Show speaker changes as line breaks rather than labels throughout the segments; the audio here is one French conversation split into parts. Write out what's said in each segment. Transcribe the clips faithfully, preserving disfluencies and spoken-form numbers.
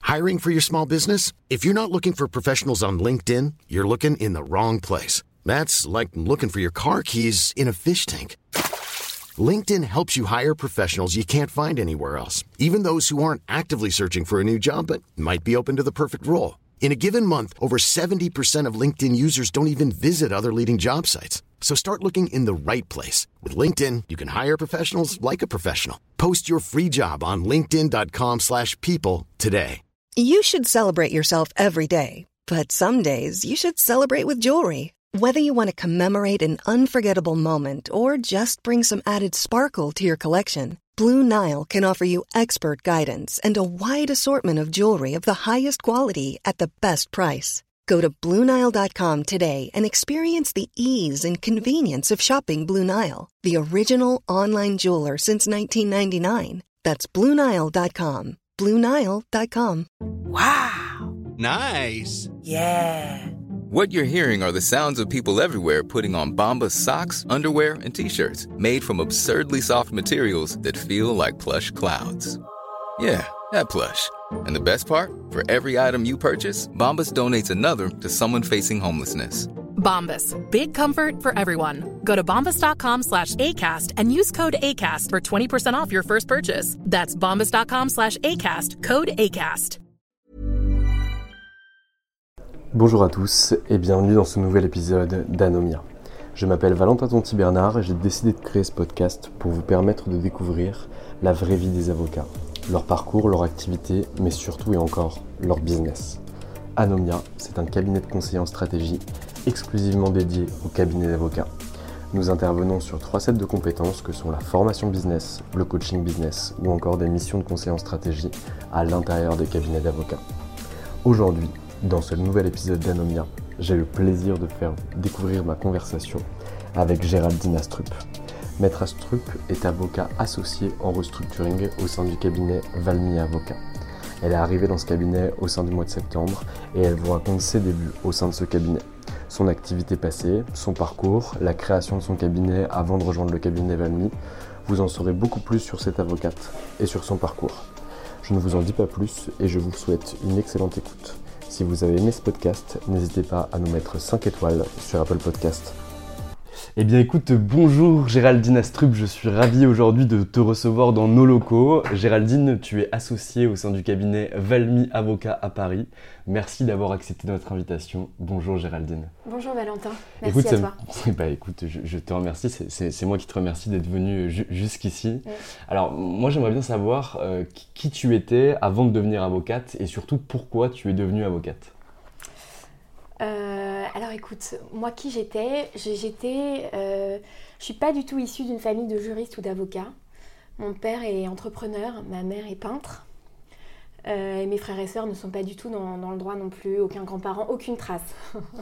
Hiring for your small business? If you're not looking for professionals on LinkedIn, you're looking in the wrong place. That's like looking for your car keys in a fish tank. LinkedIn helps you hire professionals you can't find anywhere else, even those who aren't actively searching for a new job but might be open to the perfect role. In a given month, over seventy percent of LinkedIn users don't even visit other leading job sites. So start looking in the right place. With LinkedIn, you can hire professionals like a professional. Post your free job on linkedin.com slash people today.
You should celebrate yourself every day, but some days you should celebrate with jewelry. Whether you want to commemorate an unforgettable moment or just bring some added sparkle to your collection, Blue Nile can offer you expert guidance and a wide assortment of jewelry of the highest quality at the best price. Go to Blue Nile dot com today and experience the ease and convenience of shopping Blue Nile, the original online jeweler since nineteen ninety-nine. That's Blue Nile dot com. Blue Nile dot com.
Wow!
Nice!
Yeah!
What you're hearing are the sounds of people everywhere putting on Bombas socks, underwear, and T-shirts made from absurdly soft materials that feel like plush clouds. Yeah, that plush. And the best part? For every item you purchase, Bombas donates another to someone facing homelessness.
Bombas. Big comfort for everyone. Go to bombas.com slash ACAST and use code ACAST for twenty percent off your first purchase. That's bombas.com slash ACAST. Code ACAST.
Bonjour à tous et bienvenue dans ce nouvel épisode d'Anomia. Je m'appelle Valentin Tonti-Bernard et j'ai décidé de créer ce podcast pour vous permettre de découvrir la vraie vie des avocats, leur parcours, leur activité, mais surtout et encore leur business. Anomia, c'est un cabinet de conseil en stratégie exclusivement dédié au cabinet d'avocats. Nous intervenons sur trois sets de compétences que sont la formation business, le coaching business ou encore des missions de conseil en stratégie à l'intérieur des cabinets d'avocats. Aujourd'hui, dans ce nouvel épisode d'Anomia, j'ai le plaisir de faire découvrir ma conversation avec Géraldine Astrup. Maître Astrup est avocat associé en restructuring au sein du cabinet Valmy Avocat. Elle est arrivée dans ce cabinet au sein du mois de septembre et elle vous raconte ses débuts au sein de ce cabinet. Son activité passée, son parcours, la création de son cabinet avant de rejoindre le cabinet Valmy. Vous en saurez beaucoup plus sur cette avocate et sur son parcours. Je ne vous en dis pas plus et je vous souhaite une excellente écoute. Si vous avez aimé ce podcast, n'hésitez pas à nous mettre cinq étoiles sur Apple Podcast. Eh bien écoute, bonjour Géraldine Astrup, je suis ravi aujourd'hui de te recevoir dans nos locaux. Géraldine, tu es associée au sein du cabinet Valmy Avocat à Paris. Merci d'avoir accepté notre invitation. Bonjour Géraldine.
Bonjour Valentin, merci
écoute,
à toi.
Ça, bah écoute, je, je te remercie, c'est, c'est, c'est moi qui te remercie d'être venu ju- jusqu'ici. Oui. Alors moi j'aimerais bien savoir euh, qui, qui tu étais avant de devenir avocate et surtout pourquoi tu es devenue avocate.
Euh, alors écoute, moi qui j'étais, j'étais, euh, je suis pas du tout issue d'une famille de juristes ou d'avocats. Mon père est entrepreneur, ma mère est peintre, euh, et mes frères et sœurs ne sont pas du tout dans, dans le droit non plus, aucun grand-parent, aucune trace.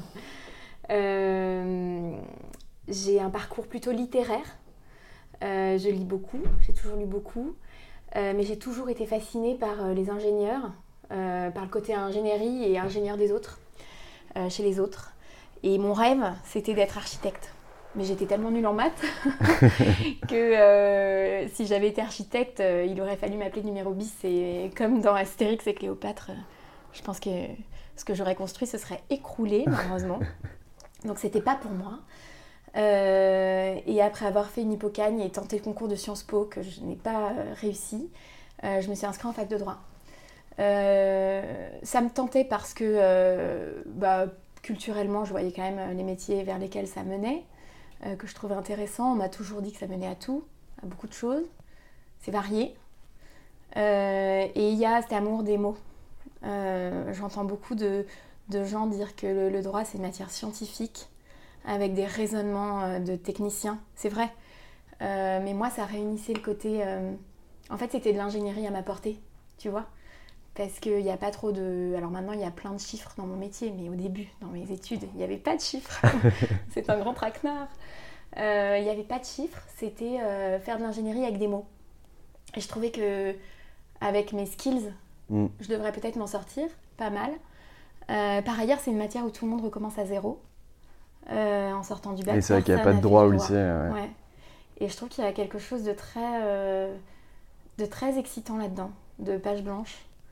euh, j'ai un parcours plutôt littéraire, euh, je lis beaucoup, j'ai toujours lu beaucoup, euh, mais j'ai toujours été fascinée par euh, les ingénieurs, euh, par le côté ingénierie et ingénieur des autres. Euh, chez les autres. Et mon rêve, c'était d'être architecte. Mais j'étais tellement nulle en maths que euh, si j'avais été architecte, euh, il aurait fallu m'appeler numéro bis. Et comme dans Astérix et Cléopâtre, euh, je pense que ce que j'aurais construit se serait écroulé, malheureusement. Donc c'était pas pour moi. Euh, et après avoir fait une hypocagne et tenté le concours de Sciences Po que je n'ai pas euh, réussi, euh, je me suis inscrite en fac de droit. Euh, ça me tentait parce que euh, bah, culturellement je voyais quand même les métiers vers lesquels ça menait, euh, que je trouvais intéressant. On m'a toujours dit que ça menait à tout, à beaucoup de choses, c'est varié, euh, et il y a cet amour des mots. Euh, j'entends beaucoup de, de gens dire que le, le droit c'est une matière scientifique avec des raisonnements de techniciens, c'est vrai, euh, mais moi ça réunissait le côté, euh, en fait c'était de l'ingénierie à ma portée, tu vois. Parce qu'il n'y a pas trop de... Alors maintenant, il y a plein de chiffres dans mon métier, mais au début, dans mes études, il n'y avait pas de chiffres. C'est un grand traquenard. Euh, il n'y avait pas de chiffres, c'était euh, faire de l'ingénierie avec des mots. Et je trouvais qu'avec mes skills, mm. je devrais peut-être m'en sortir, pas mal. Euh, par ailleurs, c'est une matière où tout le monde recommence à zéro, euh, en sortant du bac.
Et c'est vrai qu'il n'y a pas de droit au lycée. Ouais.
Ouais. Et je trouve qu'il y a quelque chose de très, euh, de très excitant là-dedans, de page blanche.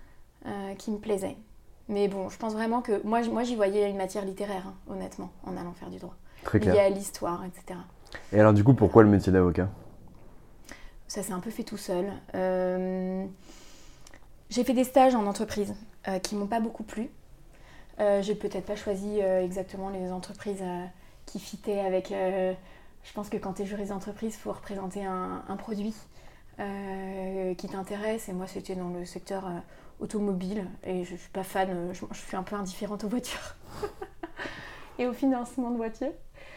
euh, qui me plaisait. Mais bon, je pense vraiment que moi, moi j'y voyais une matière littéraire, hein, honnêtement, en allant faire du droit.
Très clair.
Liée à l'histoire, et cetera.
Et alors du coup, pourquoi le métier d'avocat ?
Ça s'est un peu fait tout seul. Euh, j'ai fait des stages en entreprise euh, qui m'ont pas beaucoup plu. Euh, j'ai peut-être pas choisi euh, exactement les entreprises euh, qui fitaient avec... Euh, je pense que quand tu es juriste d'entreprise, il faut représenter un, un produit euh, qui t'intéresse. Et moi, c'était dans le secteur... Euh, automobile, et je ne suis pas fan, je, je suis un peu indifférente aux voitures et au financement de voitures.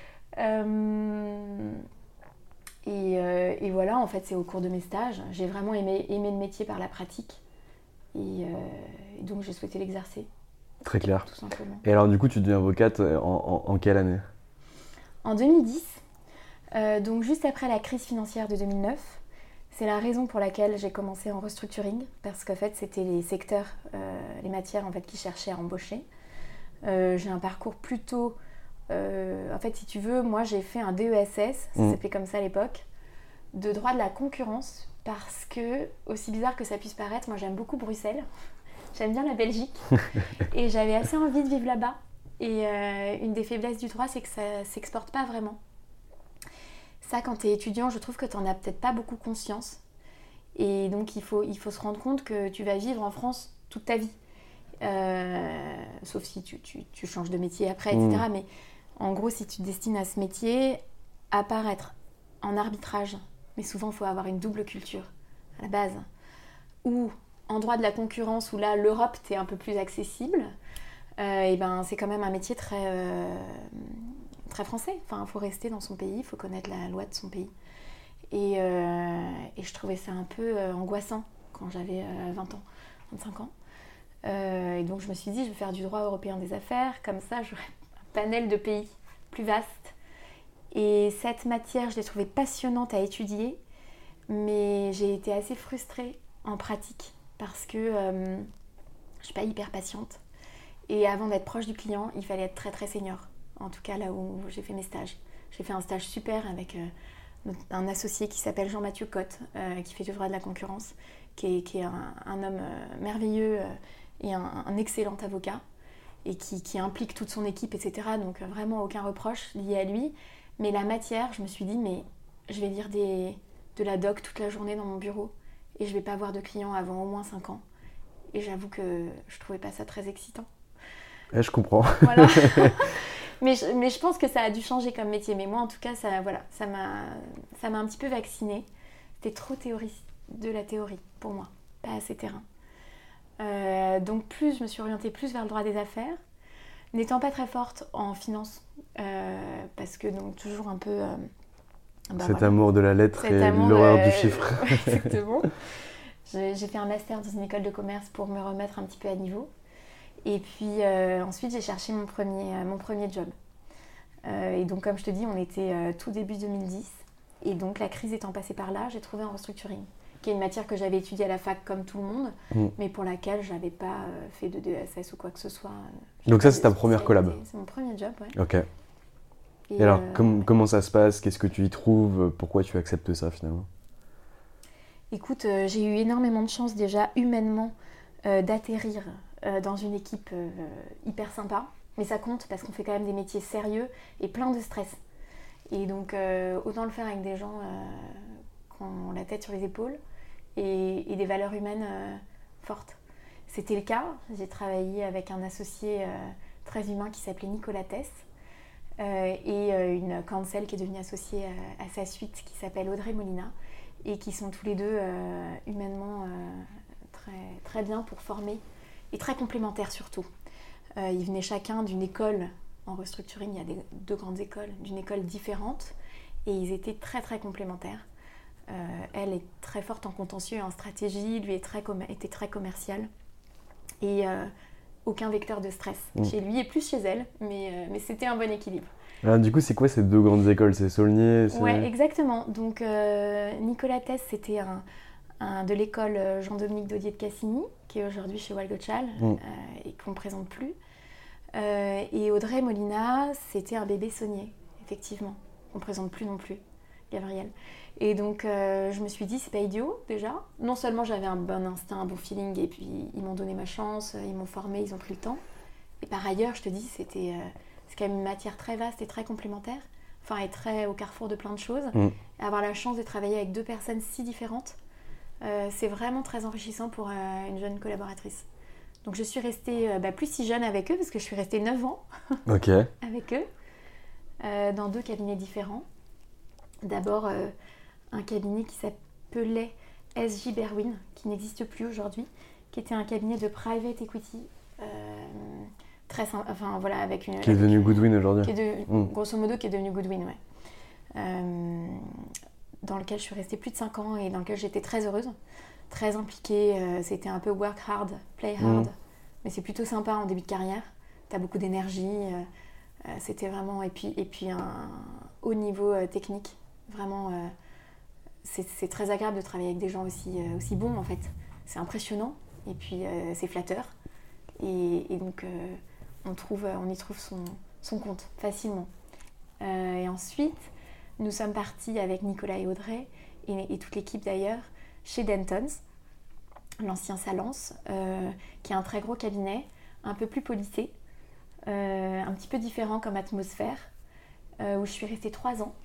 Euh, et, euh, et voilà, en fait, c'est au cours de mes stages. J'ai vraiment aimé, aimé le métier par la pratique, et, euh, et donc j'ai souhaité l'exercer.
Très clair.
Tout simplement.
Et alors du coup, tu deviens avocate en, en, en quelle année ?
En deux mille dix, euh, donc juste après la crise financière de deux mille neuf. C'est la raison pour laquelle j'ai commencé en restructuring, parce qu'en fait, c'était les secteurs, euh, les matières en fait, qui cherchaient à embaucher. Euh, j'ai un parcours plutôt... Euh, en fait, si tu veux, moi, j'ai fait un D E S S, ça mmh. s'appelait comme ça à l'époque, de droit de la concurrence, parce que, aussi bizarre que ça puisse paraître, moi, j'aime beaucoup Bruxelles, j'aime bien la Belgique, et j'avais assez envie de vivre là-bas. Et euh, une des faiblesses du droit, c'est que ça ne s'exporte pas vraiment. Ça, quand tu es étudiant, je trouve que tu n'en as peut-être pas beaucoup conscience. Et donc, il faut, il faut se rendre compte que tu vas vivre en France toute ta vie. Euh, sauf si tu, tu, tu changes de métier après, et cetera. Mmh. Mais en gros, si tu te destines à ce métier, apparaître en arbitrage, mais souvent, il faut avoir une double culture à la base. Ou en droit de la concurrence, où là, l'Europe, tu es un peu plus accessible, euh, et ben, c'est quand même un métier très... Euh, très français, enfin il faut rester dans son pays, il faut connaître la loi de son pays. Et, euh, et je trouvais ça un peu euh, angoissant quand j'avais euh, vingt ans, vingt-cinq ans. Euh, et donc je me suis dit, je vais faire du droit européen des affaires, comme ça j'aurai un panel de pays plus vaste. Et cette matière, je l'ai trouvée passionnante à étudier, mais j'ai été assez frustrée en pratique, parce que euh, je suis pas hyper patiente. Et avant d'être proche du client, il fallait être très très senior. En tout cas, là où j'ai fait mes stages. J'ai fait un stage super avec euh, un associé qui s'appelle Jean-Mathieu Cotte, euh, qui fait du droit de la concurrence, qui est, qui est un, un homme euh, merveilleux euh, et un, un excellent avocat, et qui, qui implique toute son équipe, et cetera. Donc, euh, vraiment aucun reproche lié à lui. Mais la matière, je me suis dit, mais je vais lire des, de la doc toute la journée dans mon bureau, et je ne vais pas avoir de clients avant au moins cinq ans. Et j'avoue que je ne trouvais pas ça très excitant.
Ouais, je comprends.
Voilà. mais, je, mais je pense que ça a dû changer comme métier. Mais moi, en tout cas, ça, voilà, ça, m'a, ça m'a un petit peu vaccinée. C'était trop théorie, de la théorie pour moi, pas assez terrain. Euh, donc plus, je me suis orientée plus vers le droit des affaires, n'étant pas très forte en finance, euh, parce que donc toujours un peu... Euh, bah,
Cet
voilà.
amour de la lettre
Cet
et l'horreur euh, du chiffre.
Exactement. j'ai, j'ai fait un master dans une école de commerce pour me remettre un petit peu à niveau. Et puis euh, ensuite, j'ai cherché mon premier, euh, mon premier job. Euh, et donc, comme je te dis, on était euh, tout début deux mille dix. Et donc, la crise étant passée par là, j'ai trouvé un restructuring, qui est une matière que j'avais étudiée à la fac comme tout le monde, mmh. mais pour laquelle je n'avais pas euh, fait de D E S S ou quoi que ce soit.
Donc ça, c'est ta première collab ?
C'est mon premier job, ouais.
Ok. Et,
et
alors,
euh,
com- comment ça se passe ? Qu'est-ce que tu y trouves ? Pourquoi tu acceptes ça, finalement ?
Écoute, euh, j'ai eu énormément de chance, déjà, humainement, euh, d'atterrir euh, dans une équipe euh, hyper sympa. Mais ça compte, parce qu'on fait quand même des métiers sérieux et plein de stress. Et donc, euh, autant le faire avec des gens euh, qui ont la tête sur les épaules et, et des valeurs humaines euh, fortes. C'était le cas. J'ai travaillé avec un associé euh, très humain qui s'appelait Nicolas Tess euh, et euh, une counsel qui est devenue associée à, à sa suite qui s'appelle Audrey Molina et qui sont tous les deux euh, humainement euh, très, très bien pour former et très complémentaires surtout. Euh, ils venaient chacun d'une école. En restructuring, il y a des, deux grandes écoles, d'une école différente, et ils étaient très très complémentaires. Euh, elle est très forte en contentieux et en stratégie, lui est très com- était très commercial, et euh, aucun vecteur de stress mmh. chez lui et plus chez elle, mais, euh, mais c'était un bon équilibre.
Alors du coup, c'est quoi ces deux grandes écoles ? C'est Saulnier c'est...
Ouais, exactement. Donc euh, Nicolas Tess, c'était un, un, de l'école Jean-Dominique Daudier de Cassigny, qui est aujourd'hui chez Walgotschall, mmh. euh, et qu'on ne présente plus. Euh, et Audrey Molina, c'était un bébé saunier, effectivement. On ne présente plus non plus. Gabriel. Et donc, euh, je me suis dit, c'est pas idiot, déjà. Non seulement j'avais un bon instinct, un bon feeling, et puis ils m'ont donné ma chance, ils m'ont formée, ils ont pris le temps. Et par ailleurs, je te dis, c'était, euh, c'est quand même une matière très vaste et très complémentaire. Enfin, et très au carrefour de plein de choses. Mm. Avoir la chance de travailler avec deux personnes si différentes, euh, c'est vraiment très enrichissant pour euh, une jeune collaboratrice. Donc, je suis restée euh, bah, plus si jeune avec eux, parce que je suis restée neuf ans
okay.
avec eux, euh, dans deux cabinets différents. D'abord, euh, un cabinet qui s'appelait S J Berwin, qui n'existe plus aujourd'hui, qui était un cabinet de private equity, euh, très simple, enfin voilà, avec une...
Qui est devenu Goodwin aujourd'hui.
Qui est de, mm. Grosso modo, qui est devenu Goodwin, ouais. Euh, dans lequel je suis restée plus de cinq ans et dans lequel j'étais très heureuse, très impliquée. Euh, c'était un peu work hard, play hard, mm. mais c'est plutôt sympa en début de carrière. T'as beaucoup d'énergie, euh, euh, c'était vraiment... Et puis, et puis un haut niveau euh, technique, vraiment... Euh, c'est, c'est très agréable de travailler avec des gens aussi, euh, aussi bons, en fait. C'est impressionnant, et puis euh, c'est flatteur. Et, et donc... Euh, On, trouve, on y trouve son, son compte facilement. Euh, et ensuite, nous sommes partis avec Nicolas et Audrey, et, et toute l'équipe d'ailleurs, chez Dentons, l'ancien Salence, euh, qui est un très gros cabinet, un peu plus policé, euh, un petit peu différent comme atmosphère, euh, où je suis restée trois ans.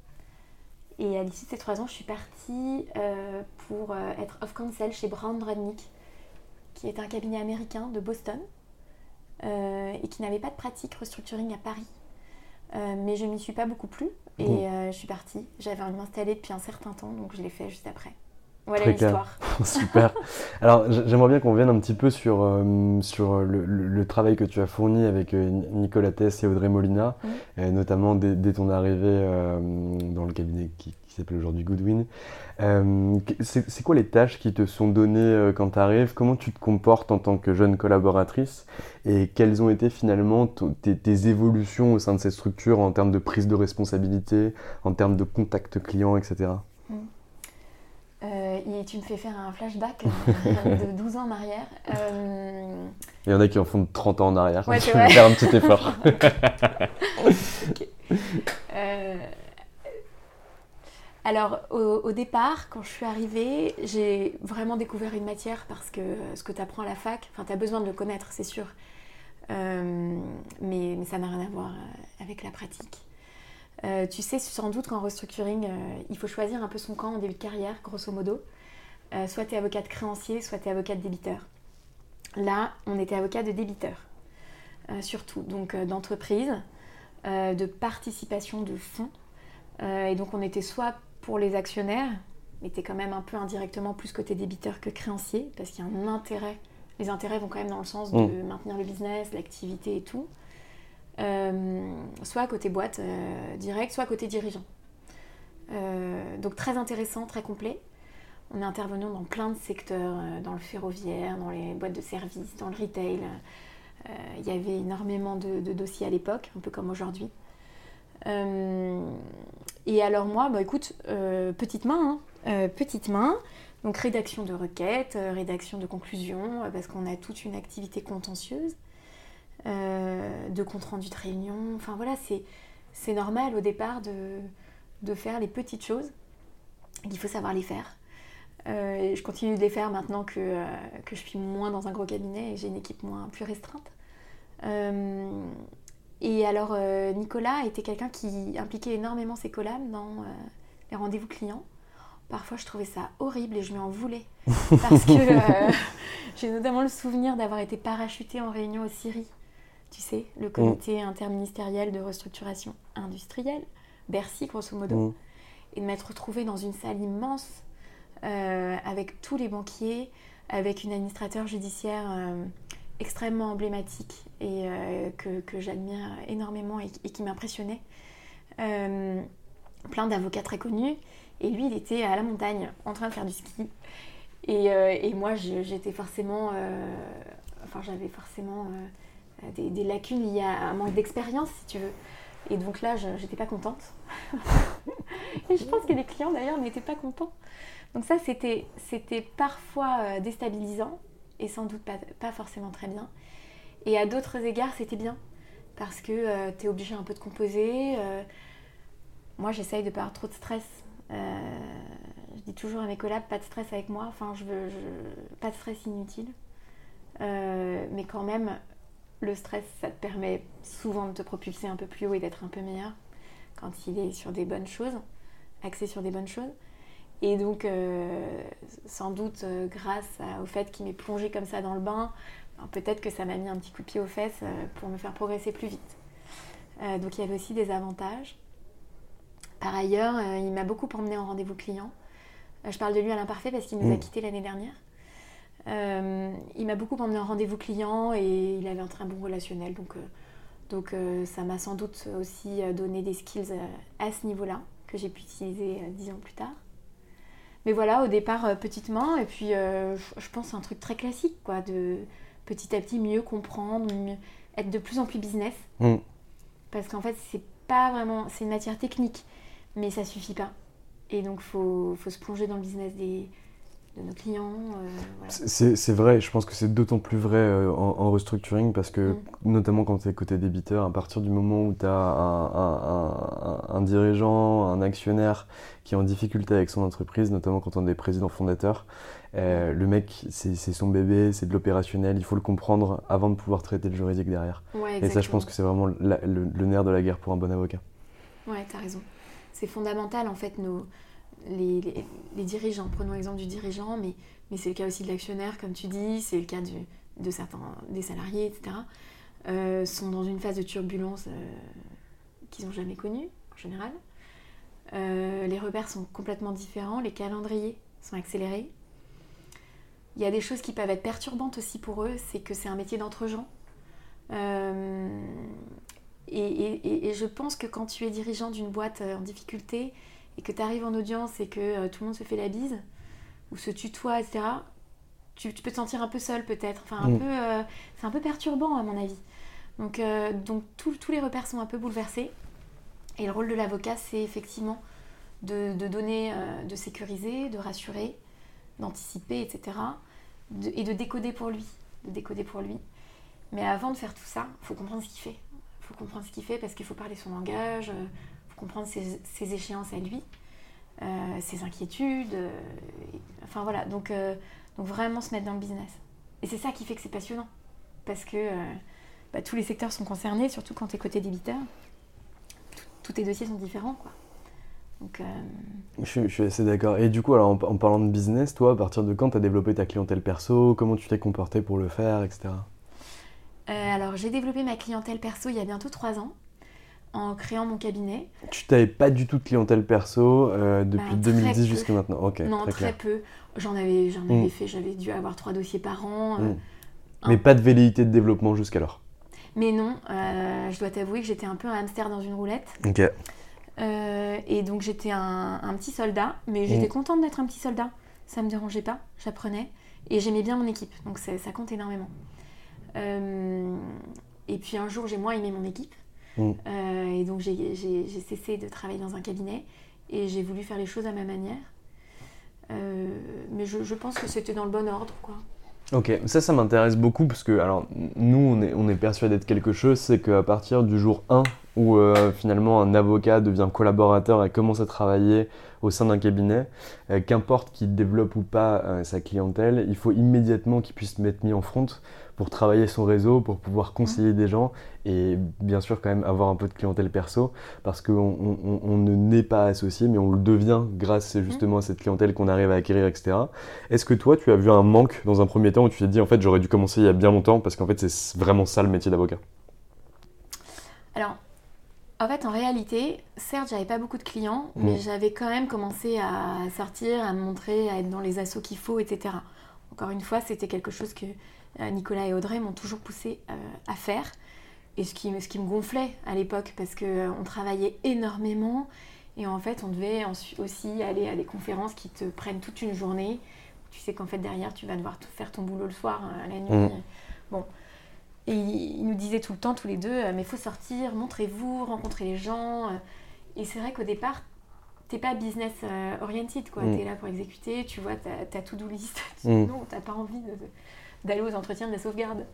Et à l'issue de ces trois ans, je suis partie euh, pour euh, être off-counsel chez Brown Rudnick, qui est un cabinet américain de Boston, Euh, et qui n'avait pas de pratique restructuring à Paris. Euh, mais je ne m'y suis pas beaucoup plu et mmh. euh, je suis partie. J'avais envie de m'installer depuis un certain temps, donc je l'ai fait juste après. Voilà Très l'histoire.
Super. Alors j'aimerais bien qu'on vienne un petit peu sur, euh, sur le, le, le travail que tu as fourni avec euh, Nicolas Tess et Audrey Molina, mmh. et notamment dès, dès ton arrivée euh, dans le cabinet qui, qui s'appelle aujourd'hui Goodwin. Euh, c'est, c'est quoi les tâches qui te sont données euh, quand tu arrives ? Comment tu te comportes en tant que jeune collaboratrice ? Et quelles ont été finalement t- tes, tes évolutions au sein de cette structure en termes de prise de responsabilité, en termes de contact client, et cetera.
Mmh. Euh, et tu me fais faire un flashback de douze ans en arrière. Euh...
Il y en a qui en font de trente ans en arrière.
Ouais,
tu vas faire un petit effort.
okay. euh... Alors, au, au départ, quand je suis arrivée, j'ai vraiment découvert une matière parce que ce que tu apprends à la fac, enfin, tu as besoin de le connaître, c'est sûr. Euh, mais, mais ça n'a rien à voir avec la pratique. Euh, tu sais sans doute qu'en restructuring, euh, il faut choisir un peu son camp en début de carrière, grosso modo. Euh, soit tu es avocat de créancier, soit tu es avocat de débiteur. Là, on était avocat de débiteur, euh, surtout. Donc, euh, d'entreprise, euh, de participation de fonds. Euh, et donc, on était soit pour les actionnaires, mais tu es quand même un peu indirectement plus côté débiteur que créancier, parce qu'il y a un intérêt. Les intérêts vont quand même dans le sens de mmh. maintenir le business, l'activité et tout. Euh, soit côté boîte euh, direct, soit côté dirigeant. Euh, donc très intéressant, très complet. On est intervenu dans plein de secteurs, euh, dans le ferroviaire, dans les boîtes de services, dans le retail. Euh, il y avait énormément de, de dossiers à l'époque, un peu comme aujourd'hui. Euh, et alors moi, bah écoute, euh, petite main, hein, euh, petite main. Donc rédaction de requêtes, euh, rédaction de conclusions, euh, parce qu'on a toute une activité contentieuse. Euh, de compte rendu de réunion, enfin voilà, c'est, c'est normal au départ de, de faire les petites choses, il faut savoir les faire. Euh, et je continue de les faire maintenant que, euh, que je suis moins dans un gros cabinet et que j'ai une équipe moins, plus restreinte. Euh, et alors euh, Nicolas était quelqu'un qui impliquait énormément ses collabs dans euh, les rendez-vous clients. Parfois je trouvais ça horrible et je lui en voulais parce que euh, j'ai notamment le souvenir d'avoir été parachutée en réunion au C I R I. Tu sais, le comité mmh. interministériel de restructuration industrielle, Bercy grosso modo, mmh. et de m'être retrouvée dans une salle immense euh, avec tous les banquiers, avec une administrateur judiciaire euh, extrêmement emblématique et euh, que, que j'admire énormément et, et qui m'impressionnait. Euh, plein d'avocats très connus, et lui il était à la montagne en train de faire du ski. Et, euh, et moi je, j'étais forcément, euh, enfin j'avais forcément... Euh, Des, des lacunes liées à un manque d'expérience, si tu veux. Et donc là, je n'étais pas contente. Et je pense que les clients, d'ailleurs, n'étaient pas contents. Donc ça, c'était, c'était parfois déstabilisant et sans doute pas, pas forcément très bien. Et à d'autres égards, c'était bien parce que euh, tu es obligé un peu de composer. Euh, moi, j'essaye de pas avoir trop de stress. Euh, je dis toujours à mes collabs, pas de stress avec moi. Enfin, je veux, je... pas de stress inutile. Euh, mais quand même, le stress, ça te permet souvent de te propulser un peu plus haut et d'être un peu meilleur quand il est sur des bonnes choses, axé sur des bonnes choses. Et donc, euh, sans doute, euh, grâce à, au fait qu'il m'ait plongé comme ça dans le bain, ben, peut-être que ça m'a mis un petit coup de pied aux fesses euh, pour me faire progresser plus vite. Euh, donc, il y avait aussi des avantages. Par ailleurs, euh, il m'a beaucoup emmené en rendez-vous client. Euh, je parle de lui à l'imparfait parce qu'il nous mmh. a quittés l'année dernière. Euh, il m'a beaucoup emmené en rendez-vous client et il avait un très bon relationnel. Donc, euh, donc euh, ça m'a sans doute aussi donné des skills euh, à ce niveau-là que j'ai pu utiliser euh, dix ans plus tard. Mais voilà, au départ, euh, petites mains, et puis euh, je pense un truc très classique, quoi, de petit à petit mieux comprendre, mieux, être de plus en plus business. Mm. Parce qu'en fait, c'est pas vraiment, c'est une matière technique, mais ça suffit pas. Et donc, il faut, faut se plonger dans le business des, de nos clients. Euh, voilà.
c'est, c'est vrai, je pense que c'est d'autant plus vrai euh, en, en restructuring, parce que, mm. notamment quand tu es côté débiteur, à partir du moment où tu as un, un, un, un dirigeant, un actionnaire qui est en difficulté avec son entreprise, notamment quand on est président fondateur, euh, le mec, c'est, c'est son bébé, c'est de l'opérationnel, il faut le comprendre avant de pouvoir traiter le juridique derrière.
Ouais,
et ça, je pense que c'est vraiment la, le, le nerf de la guerre pour un bon avocat.
Ouais, t'as raison. C'est fondamental, en fait, nos... Les, les, les dirigeants, prenons l'exemple du dirigeant, mais, mais c'est le cas aussi de l'actionnaire, comme tu dis, c'est le cas du, de certains des salariés, et cetera, euh, sont dans une phase de turbulence euh, qu'ils n'ont jamais connue, en général. Euh, les repères sont complètement différents, les calendriers sont accélérés. Il y a des choses qui peuvent être perturbantes aussi pour eux, c'est que c'est un métier d'entre-gens. Euh, et, et, et je pense que quand tu es dirigeant d'une boîte en difficulté, et que tu arrives en audience et que euh, tout le monde se fait la bise, ou se tutoie, et cetera, tu, tu peux te sentir un peu seul peut-être. Enfin, un mmh. peu, euh, c'est un peu perturbant à mon avis. Donc, euh, donc tout, tous les repères sont un peu bouleversés. Et le rôle de l'avocat, c'est effectivement de, de donner, euh, de sécuriser, de rassurer, d'anticiper, et cetera. De, et de décoder pour lui. De décoder pour lui. Mais avant de faire tout ça, il faut comprendre ce qu'il fait. Il faut comprendre ce qu'il fait parce qu'il faut parler son langage, euh, comprendre ses, ses échéances à lui, euh, ses inquiétudes, euh, et, enfin voilà, donc, euh, donc vraiment se mettre dans le business. Et c'est ça qui fait que c'est passionnant, parce que euh, bah, tous les secteurs sont concernés, surtout quand tu es côté débiteur, Tout, tous tes dossiers sont différents, quoi. Donc, euh...
je, je suis assez d'accord. Et du coup, alors, en, en parlant de business, toi, à partir de quand tu as développé ta clientèle perso, comment tu t'es comporté pour le faire, et cetera.
Euh, alors, j'ai développé ma clientèle perso il y a bientôt trois ans. En créant mon cabinet.
Tu n'avais pas du tout de clientèle perso euh, depuis bah, deux mille dix jusqu'à maintenant. Ok.
Non,
très,
très
clair.
peu. J'en avais, j'en avais mmh. fait, j'avais dû avoir trois dossiers par an.
Mmh.
Euh,
Mais un... pas de velléité de développement jusqu'alors.
Mais non, euh, je dois t'avouer que j'étais un peu un hamster dans une roulette.
Ok.
Euh, et donc j'étais un, un petit soldat, mais j'étais mmh. contente d'être un petit soldat. Ça me dérangeait pas, j'apprenais. Et j'aimais bien mon équipe, donc ça, ça compte énormément. Euh, et puis un jour, j'ai moins aimé mon équipe. Mmh. Euh, et donc j'ai, j'ai, j'ai cessé de travailler dans un cabinet et j'ai voulu faire les choses à ma manière. Euh, mais je, je pense que c'était dans le bon ordre, quoi.
Ok, ça, ça m'intéresse beaucoup parce que, alors, nous, on est, on est persuadés de quelque chose, c'est qu'à partir du jour un où euh, finalement un avocat devient collaborateur et commence à travailler au sein d'un cabinet, euh, qu'importe qu'il développe ou pas euh, sa clientèle, il faut immédiatement qu'il puisse être mis en front pour travailler son réseau, pour pouvoir conseiller mmh. des gens et bien sûr quand même avoir un peu de clientèle perso parce qu'on on, on ne naît pas associé mais on le devient grâce justement mmh. à cette clientèle qu'on arrive à acquérir, et cetera. Est-ce que toi tu as vu un manque dans un premier temps où tu t'es dit en fait j'aurais dû commencer il y a bien longtemps parce qu'en fait c'est vraiment ça le métier d'avocat?
Alors en fait en réalité, certes j'avais pas beaucoup de clients mmh. mais j'avais quand même commencé à sortir, à me montrer, à être dans les assos qu'il faut, et cetera. Encore une fois c'était quelque chose que Nicolas et Audrey m'ont toujours poussé euh, à faire et ce qui, ce qui me gonflait à l'époque parce qu'on euh, travaillait énormément et en fait on devait aussi aller à des conférences qui te prennent toute une journée. Tu sais qu'en fait derrière tu vas devoir faire ton boulot le soir, euh, la nuit. Mmh. Bon. Et ils, ils nous disaient tout le temps tous les deux euh, mais il faut sortir, montrez-vous, rencontrez les gens. Euh, et c'est vrai qu'au départ t'es pas business euh, oriented, quoi. Mmh. T'es là pour exécuter, tu vois ta, ta to-do list. Mmh. Non, t'as pas envie de... de d'aller aux entretiens de la sauvegarde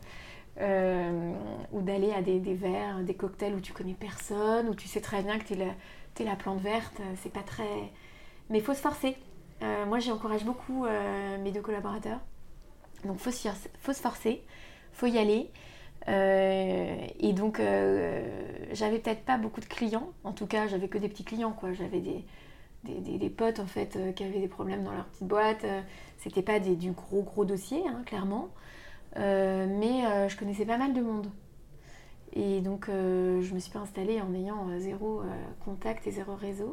euh, ou d'aller à des, des verres, des cocktails où tu connais personne, où tu sais très bien que tu t'es la plante verte, c'est pas très... Mais il faut se forcer. Euh, moi, j'encourage beaucoup euh, mes deux collaborateurs. Donc, il faut, se, faut se forcer, il faut y aller. Euh, et donc, euh, j'avais peut-être pas beaucoup de clients. En tout cas, j'avais que des petits clients, quoi. J'avais des, des, des, des potes, en fait, euh, qui avaient des problèmes dans leur petite boîte. Euh, c'était pas des, du gros, gros dossier, hein, clairement. Euh, mais euh, je connaissais pas mal de monde. Et donc, euh, je me suis pas installée en ayant euh, zéro euh, contact et zéro réseau.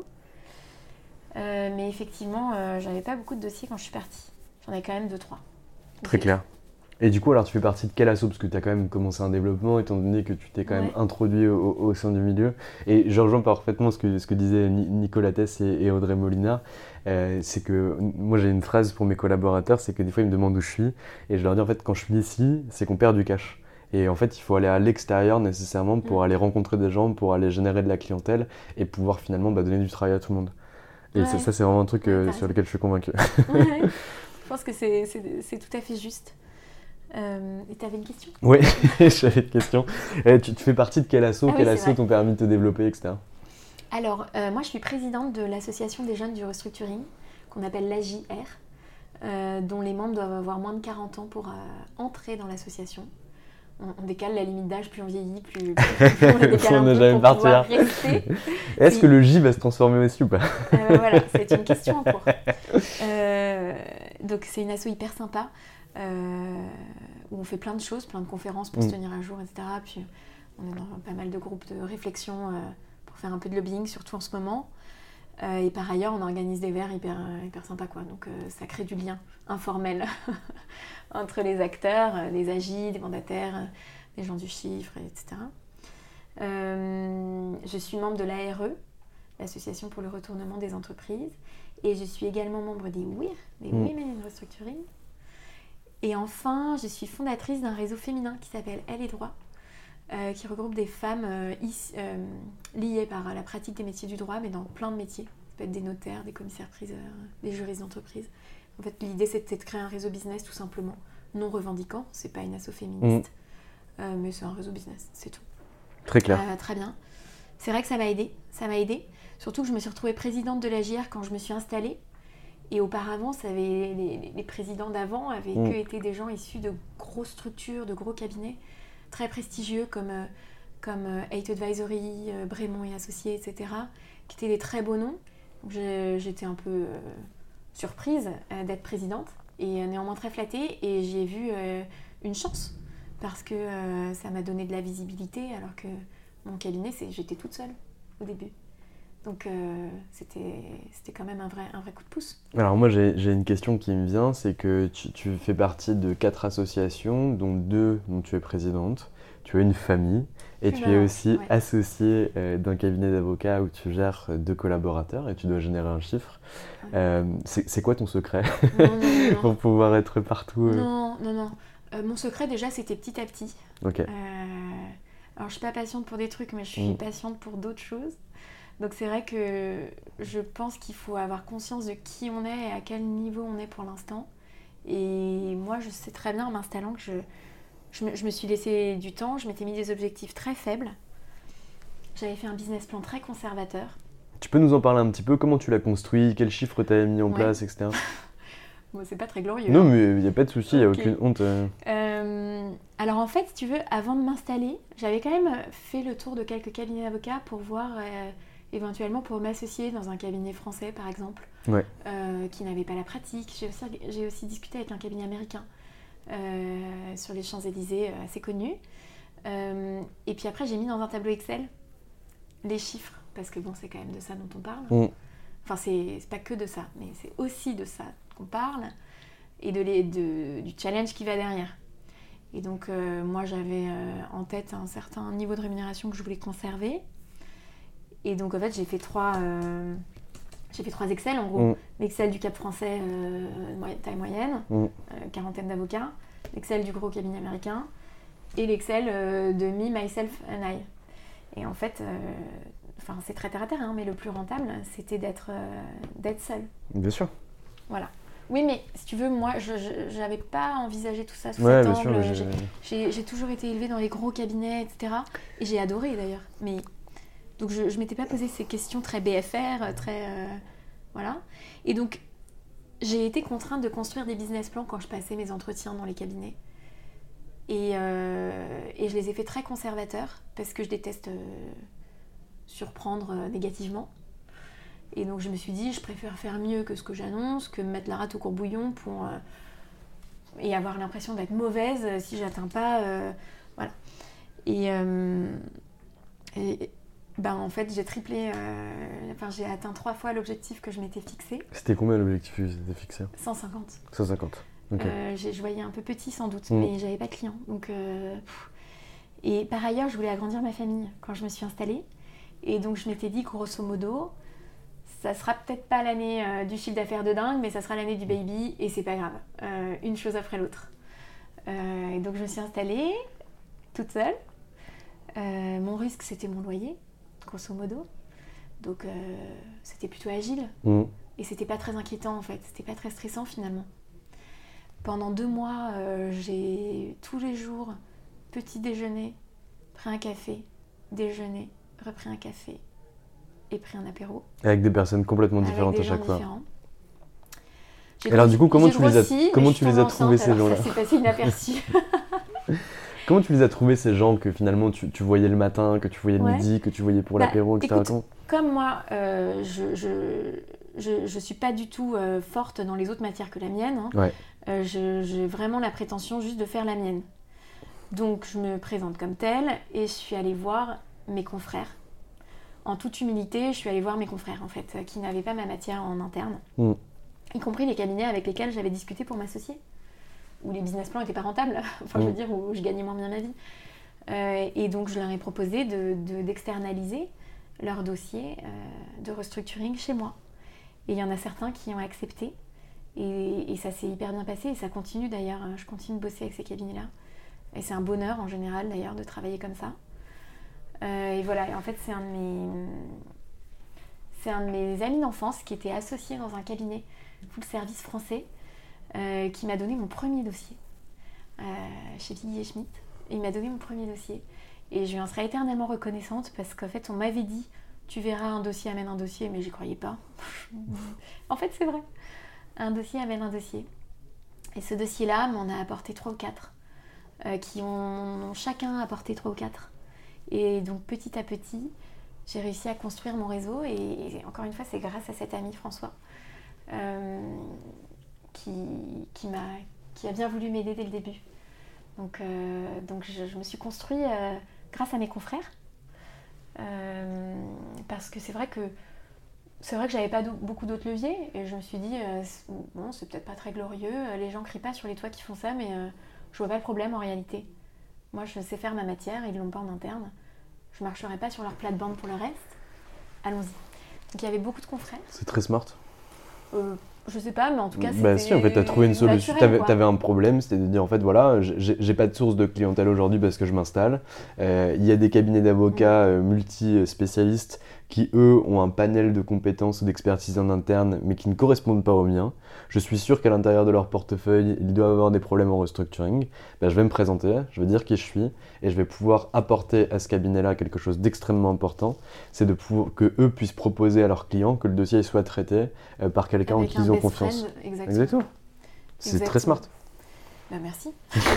Euh, mais effectivement, euh, j'avais pas beaucoup de dossiers quand je suis partie. J'en ai quand même deux, trois.
Très clair. Et du coup, alors tu fais partie de quel asso? Parce que tu as quand même commencé un développement, étant donné que tu t'es quand même
ouais.
introduit au, au sein du milieu. Et je rejoins parfaitement ce que, ce que disaient Nicolas Tess et, et Audrey Molinard. Euh, c'est que moi, j'ai une phrase pour mes collaborateurs, c'est que des fois, ils me demandent où je suis. Et je leur dis, en fait, quand je suis ici, c'est qu'on perd du cash. Et en fait, il faut aller à l'extérieur nécessairement pour mmh. aller rencontrer des gens, pour aller générer de la clientèle et pouvoir finalement bah, donner du travail à tout le monde. Et ouais. ça, ça, c'est vraiment un truc
ouais,
euh, sur lequel je suis convaincue.
Ouais, je pense que c'est, c'est, c'est tout à fait juste. Euh, et tu avais une question?
Oui, j'avais une question. Euh, tu, tu fais partie de quel asso?
Ah
Quel
oui,
asso t'ont permis de te développer, et cetera.
Alors, euh, moi, je suis présidente de l'association des jeunes du restructuring, qu'on appelle l'A J R, euh, dont les membres doivent avoir moins de quarante ans pour euh, entrer dans l'association. On, on décale la limite d'âge, plus on vieillit, plus, plus, plus on la décale un peu pour
partir.
pouvoir rester.
Est-ce
Et...
que le J va se transformer aussi ou pas?
euh, Voilà, c'est une question en cours. Euh, donc, c'est une asso hyper sympa. Euh, où on fait plein de choses, plein de conférences pour mmh. se tenir à jour, et cetera. Puis on est dans pas mal de groupes de réflexion euh, pour faire un peu de lobbying, surtout en ce moment. Euh, et par ailleurs, on organise des verres hyper, hyper sympas, quoi. Donc euh, ça crée du lien informel entre les acteurs, euh, les A J, des mandataires, euh, des gens du chiffre, et cetera. Euh, je suis membre de l'A R E, l'Association pour le retournement des entreprises, et je suis également membre des W I R, des mmh. Women in Restructuring. Et enfin, je suis fondatrice d'un réseau féminin qui s'appelle Elle et Droit, euh, qui regroupe des femmes euh, is, euh, liées par la pratique des métiers du droit, mais dans plein de métiers. Ça peut être des notaires, des commissaires-priseurs, des juristes d'entreprise. En fait, l'idée, c'était de créer un réseau business tout simplement, non revendiquant. C'est pas une asso féministe, mmh. euh, mais c'est un réseau business, c'est tout.
Très clair.
Euh, très bien. C'est vrai que ça m'a aidée, ça m'a aidée. Surtout que je me suis retrouvée présidente de l'A J R quand je me suis installée. Et auparavant, ça avait, les, les présidents d'avant avaient mmh. que été des gens issus de grosses structures, de gros cabinets très prestigieux comme, euh, comme euh, Eight Advisory, euh, Brémond et Associés, et cetera, qui étaient des très beaux noms. Donc j'ai, j'étais un peu euh, surprise euh, d'être présidente et euh, néanmoins très flattée. Et j'ai vu euh, une chance parce que euh, ça m'a donné de la visibilité alors que mon cabinet, c'est, j'étais toute seule au début. Donc euh, c'était, c'était quand même un vrai, un vrai coup de pouce.
Alors moi j'ai, j'ai une question qui me vient, c'est que tu, tu fais partie de quatre associations, dont deux dont tu es présidente. Tu as une famille et tu es aussi ouais. associée euh, d'un cabinet d'avocats où tu gères deux collaborateurs et tu dois générer un chiffre. Ouais. Euh, c'est, c'est quoi ton secret
non, non, non, non.
pour pouvoir être partout euh...
Non, non, non. Euh, mon secret déjà c'était petit à petit.
Ok.
Euh, alors je suis pas patiente pour des trucs mais je suis mmh. patiente pour d'autres choses. Donc c'est vrai que je pense qu'il faut avoir conscience de qui on est et à quel niveau on est pour l'instant. Et moi, je sais très bien en m'installant que je, je, me, je me suis laissé du temps, je m'étais mis des objectifs très faibles. J'avais fait un business plan très conservateur.
Tu peux nous en parler un petit peu? Comment tu l'as construit? Quels chiffres tu avais mis en ouais. place, et cetera.
Bon, c'est pas très glorieux.
Non,
hein.
mais il n'y a pas de souci, il okay. n'y a aucune honte. Euh...
Euh, alors en fait, si tu veux, avant de m'installer, j'avais quand même fait le tour de quelques cabinets d'avocats pour voir... Euh, éventuellement pour m'associer dans un cabinet français par exemple,
ouais.
euh, qui n'avait pas la pratique. J'ai aussi, j'ai aussi discuté avec un cabinet américain euh, sur les Champs-Élysées, euh, assez connu. Euh, et puis après j'ai mis dans un tableau Excel les chiffres, parce que bon, c'est quand même de ça dont on parle. Mm. Enfin c'est, c'est pas que de ça, mais c'est aussi de ça qu'on parle, et de les, de, du challenge qui va derrière. Et donc euh, moi j'avais euh, en tête un certain niveau de rémunération que je voulais conserver. Et donc en fait j'ai fait trois, euh, j'ai fait trois Excel en gros. Mmh. L'Excel du Cap français euh, taille moyenne, mmh. euh, quarantaine d'avocats, l'Excel du gros cabinet américain et l'Excel euh, de me, myself and I. Et en fait, euh, enfin c'est très terre à terre, hein, mais le plus rentable c'était d'être, euh, d'être seule.
Bien sûr.
Voilà. Oui, mais si tu veux, moi je, je n'avais pas envisagé tout ça sous
ouais,
cet
bien
angle.
sûr,
j'ai, j'ai, j'ai toujours été élevée dans les gros cabinets, et cetera. Et j'ai adoré d'ailleurs. Mais Donc je ne m'étais pas posé ces questions très B F R, très... Euh, voilà. Et donc, j'ai été contrainte de construire des business plans quand je passais mes entretiens dans les cabinets. Et, euh, et je les ai fait très conservateurs, parce que je déteste euh, surprendre euh, négativement. Et donc je me suis dit, je préfère faire mieux que ce que j'annonce, que me mettre la rate au courbouillon pour, euh, et avoir l'impression d'être mauvaise euh, si j'atteins pas... Euh, voilà. Et, euh, et ben, en fait, j'ai triplé... Euh, enfin, j'ai atteint trois fois l'objectif que je m'étais fixé.
C'était combien l'objectif que tu t'étais fixé ?
cent cinquante.
cent cinquante. Ok.
Euh, je voyais un peu petit sans doute,
mmh.
mais j'avais pas de clients. Donc, euh, et par ailleurs, je voulais agrandir ma famille quand je me suis installée. Et donc, je m'étais dit, grosso modo... Ça sera peut-être pas l'année euh, du chiffre d'affaires de dingue, mais ça sera l'année du baby et c'est pas grave. Euh, une chose après l'autre. Euh, et donc je me suis installée toute seule. Euh, mon risque, c'était mon loyer, grosso modo. Donc euh, c'était plutôt agile. Mmh. Et c'était pas très inquiétant en fait. C'était pas très stressant finalement. Pendant deux mois, euh, j'ai tous les jours petit déjeuner, pris un café, déjeuner, repris un café. Et pris un apéro. Avec
des personnes complètement différentes à chaque fois.
Et
alors du coup, comment tu les as, comment tu les as trouvés ces gens-là ?
Ça s'est passé inaperçu.
Comment tu les as trouvés ces gens que finalement tu, tu voyais le matin, que tu voyais le ouais. midi, que tu voyais pour bah, l'apéro, et cetera.
Écoute, comme moi, euh, je, je, je, je suis pas du tout euh, forte dans les autres matières que la mienne. Hein. Ouais. Euh, je, j'ai vraiment la prétention juste de faire la mienne. Donc je me présente comme telle et je suis allée voir mes confrères. En toute humilité, je suis allée voir mes confrères, en fait, qui n'avaient pas ma matière en interne, mmh. y compris les cabinets avec lesquels j'avais discuté pour m'associer, où les business plans n'étaient pas rentables, enfin, mmh. je veux dire, où je gagnais moins bien ma vie. Euh, et donc, je leur ai proposé de, de, d'externaliser leur dossier euh, de restructuring chez moi. Et il y en a certains qui ont accepté, et, et ça s'est hyper bien passé, et ça continue d'ailleurs. Je continue de bosser avec ces cabinets-là. Et c'est un bonheur, en général, d'ailleurs, de travailler comme ça. Euh, et voilà, et en fait, c'est un, de mes... c'est un de mes amis d'enfance qui était associé dans un cabinet full service français euh, qui m'a donné mon premier dossier euh, chez Villiers Schmitt. Et il m'a donné mon premier dossier. Et je lui en serai éternellement reconnaissante parce qu'en fait, on m'avait dit « Tu verras, un dossier amène un dossier », mais j'y croyais pas. En fait, c'est vrai. Un dossier amène un dossier. Et ce dossier-là m'en a apporté trois ou quatre, euh, qui ont chacun apporté trois ou quatre. Et donc petit à petit, j'ai réussi à construire mon réseau et, et encore une fois, c'est grâce à cet ami François euh, qui, qui, m'a, qui a bien voulu m'aider dès le début. Donc, euh, donc je, je me suis construit euh, grâce à mes confrères euh, parce que c'est vrai que c'est vrai que j'avais pas beaucoup d'autres leviers et je me suis dit euh, c'est, bon, c'est peut-être pas très glorieux, les gens crient pas sur les toits qui font ça, mais euh, je vois pas le problème en réalité. Moi, je sais faire ma matière, ils ne l'ont pas en interne. Je ne marcherai pas sur leur plate-bande pour le reste. Allons-y. Donc, il y avait beaucoup de confrères.
C'est très smart.
Euh, je sais pas, mais en tout cas, c'était...
Bah si, en fait, tu as trouvé une solution. Tu avais un problème, c'était de dire, en fait, voilà, j'ai, j'ai pas de source de clientèle aujourd'hui parce que je m'installe. Euh, il y a des cabinets d'avocats euh, multi-spécialistes qui, eux, ont un panel de compétences ou d'expertise en interne, mais qui ne correspondent pas aux miens. Je suis sûr qu'à l'intérieur de leur portefeuille, ils doivent avoir des problèmes en restructuring. Ben, je vais me présenter, je vais dire qui je suis, et je vais pouvoir apporter à ce cabinet-là quelque chose d'extrêmement important. C'est de pouvoir, que eux puissent proposer à leurs clients que le dossier soit traité euh, par quelqu'un en qui ils ont confiance.
Friend, exactement.
Exactement. C'est exactement. Très smart.
Bah merci.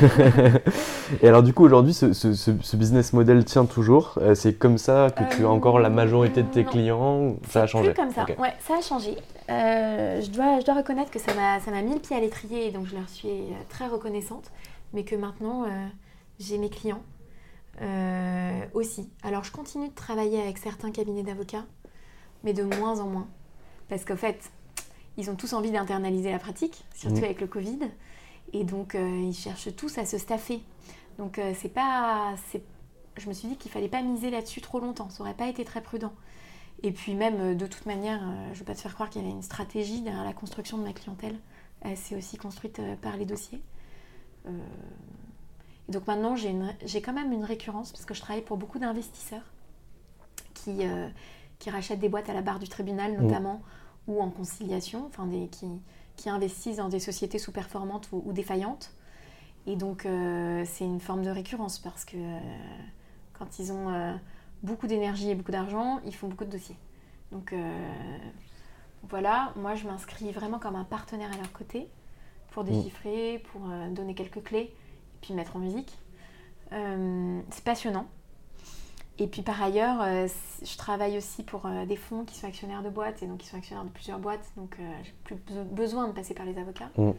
Et alors du coup aujourd'hui ce, ce, ce business model tient toujours, c'est comme ça que euh, tu as encore la majorité de tes non. clients, ça a changé?
Plus comme ça, okay. Ouais, ça a changé. Euh, je, dois, je dois reconnaître que ça m'a, ça m'a mis le pied à l'étrier et donc je leur suis très reconnaissante, mais que maintenant euh, j'ai mes clients euh, aussi. Alors je continue de travailler avec certains cabinets d'avocats, mais de moins en moins, parce qu'en fait ils ont tous envie d'internaliser la pratique, surtout mmh. avec le Covid. Et donc, euh, ils cherchent tous à se staffer. Donc, euh, c'est pas... C'est... Je me suis dit qu'il ne fallait pas miser là-dessus trop longtemps. Ça n'aurait pas été très prudent. Et puis même, euh, de toute manière, euh, je ne vais pas te faire croire qu'il y avait une stratégie derrière la construction de ma clientèle. Elle s'est aussi construite euh, par les dossiers. Euh... Et donc maintenant, j'ai, une... j'ai quand même une récurrence, parce que je travaille pour beaucoup d'investisseurs qui, euh, qui rachètent des boîtes à la barre du tribunal, notamment, mmh. ou en conciliation, enfin des... qui... qui investissent dans des sociétés sous-performantes ou, ou défaillantes. Et donc, euh, c'est une forme de récurrence parce que euh, quand ils ont euh, beaucoup d'énergie et beaucoup d'argent, ils font beaucoup de dossiers. Donc euh, voilà, moi je m'inscris vraiment comme un partenaire à leur côté pour déchiffrer, pour euh, donner quelques clés et puis mettre en musique. Euh, c'est passionnant. Et puis par ailleurs, euh, je travaille aussi pour euh, des fonds qui sont actionnaires de boîtes et donc qui sont actionnaires de plusieurs boîtes, donc euh, j'ai plus besoin de passer par les avocats. Mmh.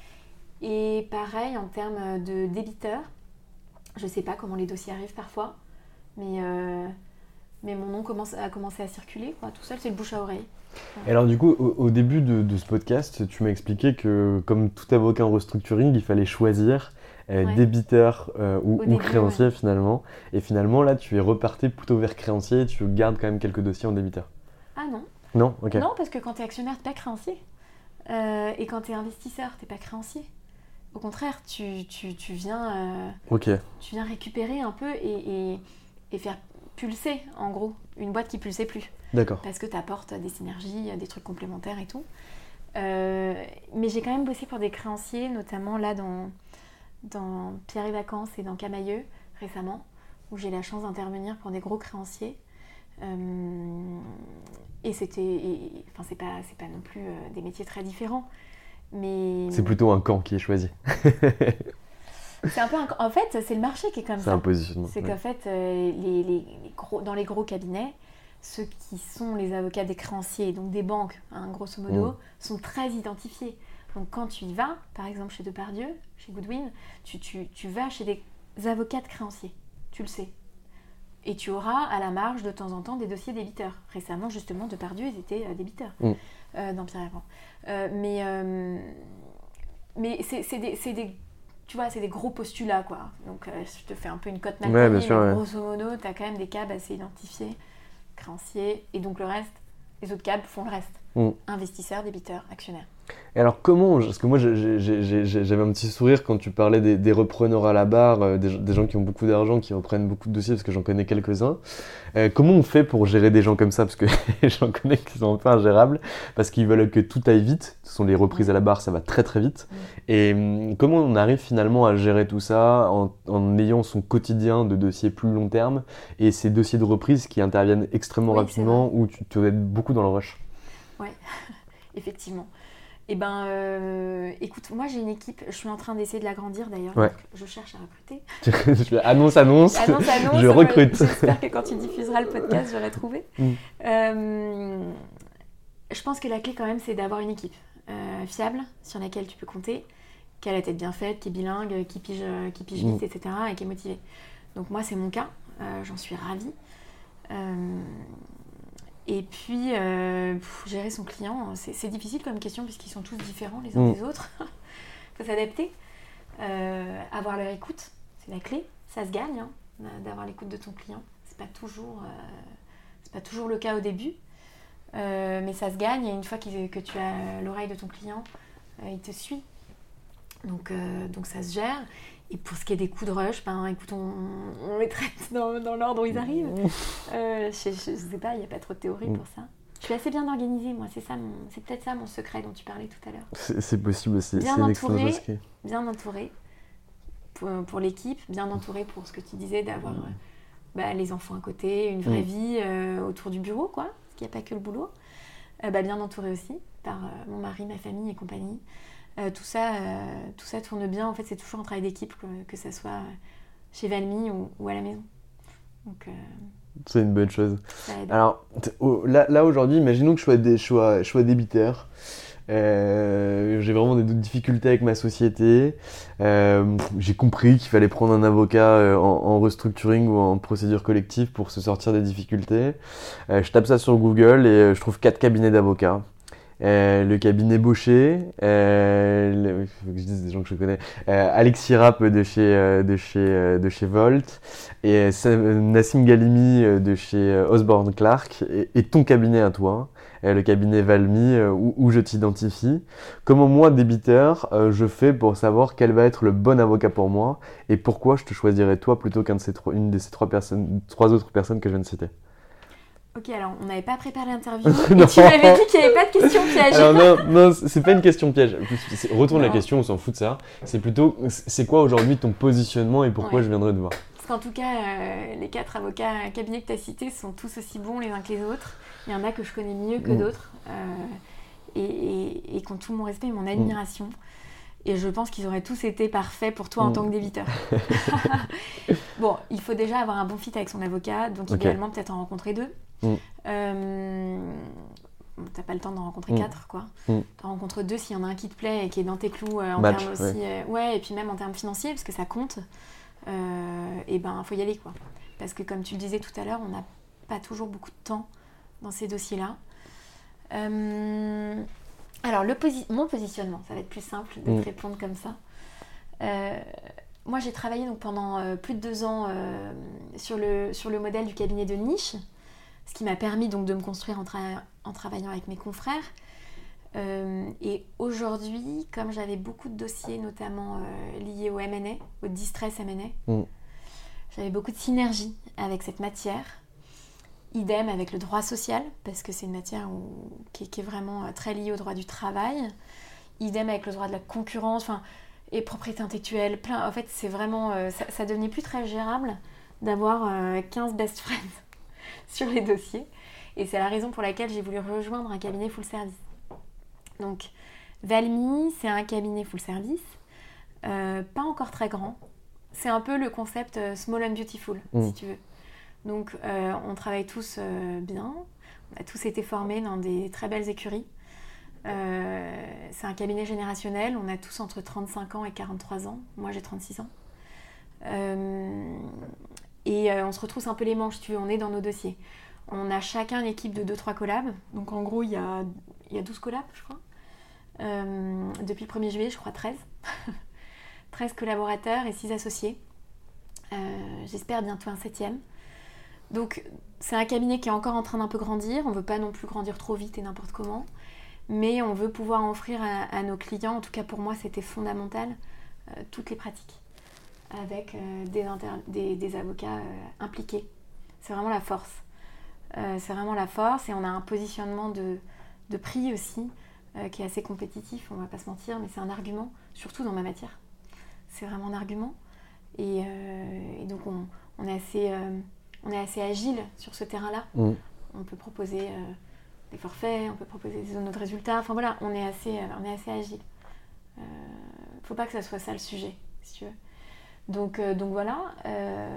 Et pareil en termes de débiteurs, je sais pas comment les dossiers arrivent parfois, mais, euh, mais mon nom commence, a commencé à circuler, quoi. Tout seul, c'est le bouche à oreille.
Et alors du coup, au, au début de, de ce podcast, tu m'as expliqué que comme tout avocat en restructuring, il fallait choisir euh, ouais. débiteur euh, ou, ou début, créancier ouais. finalement. Et finalement, là, tu es reparti plutôt vers créancier et tu gardes quand même quelques dossiers en débiteur.
Ah non.
Non, ok.
Non, parce que quand tu es actionnaire, tu n'es pas créancier. Euh, et quand tu es investisseur, tu n'es pas créancier. Au contraire, tu, tu, tu, viens, euh,
okay.
tu viens récupérer un peu et, et, et faire pulser, en gros, une boîte qui ne pulsait plus.
D'accord.
Parce que tu apportes des synergies, des trucs complémentaires et tout. Euh, mais j'ai quand même bossé pour des créanciers, notamment là dans, dans Pierre et Vacances et dans Camailleux récemment, où j'ai la chance d'intervenir pour des gros créanciers. Euh, et c'était... Et, enfin, c'est pas, c'est pas non plus euh, des métiers très différents. Mais...
C'est plutôt un camp qui est choisi.
C'est un peu un... En fait, c'est le marché qui est comme
c'est
ça.
C'est un positionnement.
C'est ouais. qu'en fait, euh, les, les, les gros, dans les gros cabinets, ceux qui sont les avocats des créanciers, donc des banques, hein, grosso modo, mmh. sont très identifiés. Donc quand tu y vas, par exemple chez Depardieu, chez Goodwin, tu, tu, tu vas chez des avocats de créanciers, tu le sais. Et tu auras à la marge de temps en temps des dossiers débiteurs. Récemment, justement, Depardieu, ils étaient euh, débiteurs mmh. euh, dans Pierre et Vacances. Euh, mais euh, mais c'est, c'est, des, c'est des tu vois, c'est des gros postulats, quoi. Donc euh, je te fais un peu une cote
ouais, mais ouais.
grosso modo, tu as quand même des câbles assez identifiés, créanciers, et donc le reste, les autres câbles font le reste. Mm. Investisseurs, débiteurs, actionnaires.
Et alors comment, parce que moi j'ai, j'ai, j'ai, j'avais un petit sourire quand tu parlais des, des repreneurs à la barre, euh, des, des gens qui ont beaucoup d'argent, qui reprennent beaucoup de dossiers, parce que j'en connais quelques-uns. Euh, comment on fait pour gérer des gens comme ça? Parce que j'en connais qui sont un peu ingérables, parce qu'ils veulent que tout aille vite. Ce sont les reprises à la barre, ça va très très vite. Mm. Et hum, comment on arrive finalement à gérer tout ça en, en ayant son quotidien de dossiers plus long terme et ces dossiers de reprise qui interviennent extrêmement oui, rapidement, où tu te être beaucoup dans le rush?
Oui, effectivement. Eh ben, euh, écoute, moi j'ai une équipe, je suis en train d'essayer de l'agrandir d'ailleurs,
ouais.
donc je cherche à recruter.
annonce, annonce,
annonce, annonce,
je recrute.
Ouais, j'espère que quand tu diffuseras le podcast, j'aurai trouvé. Mm. Euh, je pense que la clé quand même, c'est d'avoir une équipe euh, fiable, sur laquelle tu peux compter, qui a la tête bien faite, qui est bilingue, qui pige, qui pige vite, mm. et cetera, et qui est motivée. Donc moi c'est mon cas, euh, j'en suis ravie. Euh, Et puis, euh, pff, gérer son client, c'est, c'est difficile comme question puisqu'ils sont tous différents les uns mmh. des autres. Il faut s'adapter. Euh, avoir leur écoute, c'est la clé. Ça se gagne, hein, d'avoir l'écoute de ton client. C'est pas toujours, euh, c'est pas toujours le cas au début. Euh, mais ça se gagne et une fois que tu as l'oreille de ton client, euh, il te suit. Donc, euh, donc ça se gère. Et pour ce qui est des coups de rush, ben, écoute, on, on les traite dans, dans l'ordre où ils arrivent. Euh, je, je, je sais pas, il n'y a pas trop de théorie pour ça. Je suis assez bien organisée, moi. C'est, ça mon, c'est peut-être ça mon secret dont tu parlais tout à l'heure.
C'est, c'est possible aussi.
Bien
c'est
entouré, bien entouré pour, pour l'équipe, bien entouré pour ce que tu disais, d'avoir mmh. bah, les enfants à côté, une vraie mmh. vie euh, autour du bureau, quoi. Parce qu'il n'y a pas que le boulot. Euh, bah, bien entouré aussi par euh, mon mari, ma famille et compagnie. Euh, tout, ça, euh, tout ça tourne bien. En fait, c'est toujours un travail d'équipe, que, que ça soit chez Valmy ou, ou à la maison. Donc, euh,
c'est une bonne chose. Alors, oh, là, là, aujourd'hui, imaginons que je sois, dé, je sois, je sois débiteur. Euh, j'ai vraiment des difficultés avec ma société. Euh, j'ai compris qu'il fallait prendre un avocat en, en restructuring ou en procédure collective pour se sortir des difficultés. Euh, je tape ça sur Google et je trouve quatre cabinets d'avocats. Euh, le cabinet Baucher, euh, le, faut que je dise des gens que je connais, euh, Alexis Rapp de chez, euh, de chez, euh, de chez Volt, et euh, Nassim Galimi de chez euh, Osborne Clark, et, et ton cabinet à toi, euh, le cabinet Valmy, euh, où, où je t'identifie. Comment moi, débiteur, euh, je fais pour savoir quel va être le bon avocat pour moi, et pourquoi je te choisirais toi plutôt qu'une de ces trois, une de ces trois personnes, trois autres personnes que je viens de citer.
Ok, alors on n'avait pas préparé l'interview et tu m'avais dit qu'il n'y avait pas de question piège.
Alors non, non, c'est pas une question piège. Retourne non. la question, on s'en fout de ça. C'est plutôt, c'est quoi aujourd'hui ton positionnement et pourquoi ouais. je viendrais te voir?
Parce qu'en tout cas, euh, les quatre avocats cabinets que tu as cités sont tous aussi bons les uns que les autres. Il y en a que je connais mieux que mmh. d'autres euh, et, et, et qui ont tout mon respect et mon admiration. Mmh. Et je pense qu'ils auraient tous été parfaits pour toi mmh. en tant que débiteur. Bon, il faut déjà avoir un bon fit avec son avocat, donc okay. idéalement peut-être en rencontrer deux. Mmh. Euh, t'as pas le temps d'en rencontrer mmh. quatre, quoi. Mmh. T'en rencontres deux s'il y en a un qui te plaît et qui est dans tes clous euh, en
Match,
termes aussi...
ouais.
Euh, ouais, et puis même en termes financiers, parce que ça compte. Euh, et ben, faut y aller, quoi. Parce que comme tu le disais tout à l'heure, on n'a pas toujours beaucoup de temps dans ces dossiers-là. Euh, alors, le posi- mon positionnement, ça va être plus simple de mmh. te répondre comme ça. Euh, moi, j'ai travaillé donc, pendant euh, plus de deux ans euh, sur, le, sur le modèle du cabinet de niche, ce qui m'a permis donc, de me construire en, tra- en travaillant avec mes confrères. Euh, et aujourd'hui, comme j'avais beaucoup de dossiers, notamment euh, liés au M and A, au distress M and A, mmh. j'avais beaucoup de synergie avec cette matière. Idem avec le droit social, parce que c'est une matière où, qui, qui est vraiment euh, très liée au droit du travail. Idem avec le droit de la concurrence, enfin, et propriété intellectuelle. Plein, en fait, c'est vraiment, euh, ça, ça devenait plus très gérable d'avoir euh, quinze best friends sur les dossiers. Et c'est la raison pour laquelle j'ai voulu rejoindre un cabinet full service. Donc, Valmy, c'est un cabinet full service, euh, pas encore très grand. C'est un peu le concept euh, small and beautiful, mmh. si tu veux. Donc, euh, on travaille tous euh, bien. On a tous été formés dans des très belles écuries. Euh, c'est un cabinet générationnel. On a tous entre trente-cinq ans et quarante-trois ans. Moi, j'ai trente-six ans. Euh, et euh, on se retrousse un peu les manches, si tu veux. On est dans nos dossiers. On a chacun une équipe de deux trois collabs. Donc, en gros, il y a, il y a douze collabs, je crois. Euh, depuis le premier juillet, je crois treize. treize collaborateurs et six associés. Euh, j'espère bientôt un septième. Donc, c'est un cabinet qui est encore en train d'un peu grandir. On ne veut pas non plus grandir trop vite et n'importe comment. Mais on veut pouvoir offrir à, à nos clients, en tout cas pour moi, c'était fondamental, euh, toutes les pratiques. Avec euh, des, inter- des, des avocats euh, impliqués. C'est vraiment la force. Euh, c'est vraiment la force. Et on a un positionnement de, de prix aussi, euh, qui est assez compétitif, on ne va pas se mentir, mais c'est un argument, surtout dans ma matière. C'est vraiment un argument. Et, euh, et donc, on, on est assez... Euh, On est assez agile sur ce terrain-là. Mmh. On peut proposer euh, des forfaits, on peut proposer des zones de résultats. Enfin voilà, on est assez, euh, on est assez agile. Il euh, ne faut pas que ça soit ça le sujet, si tu veux. Donc, euh, donc voilà. Euh,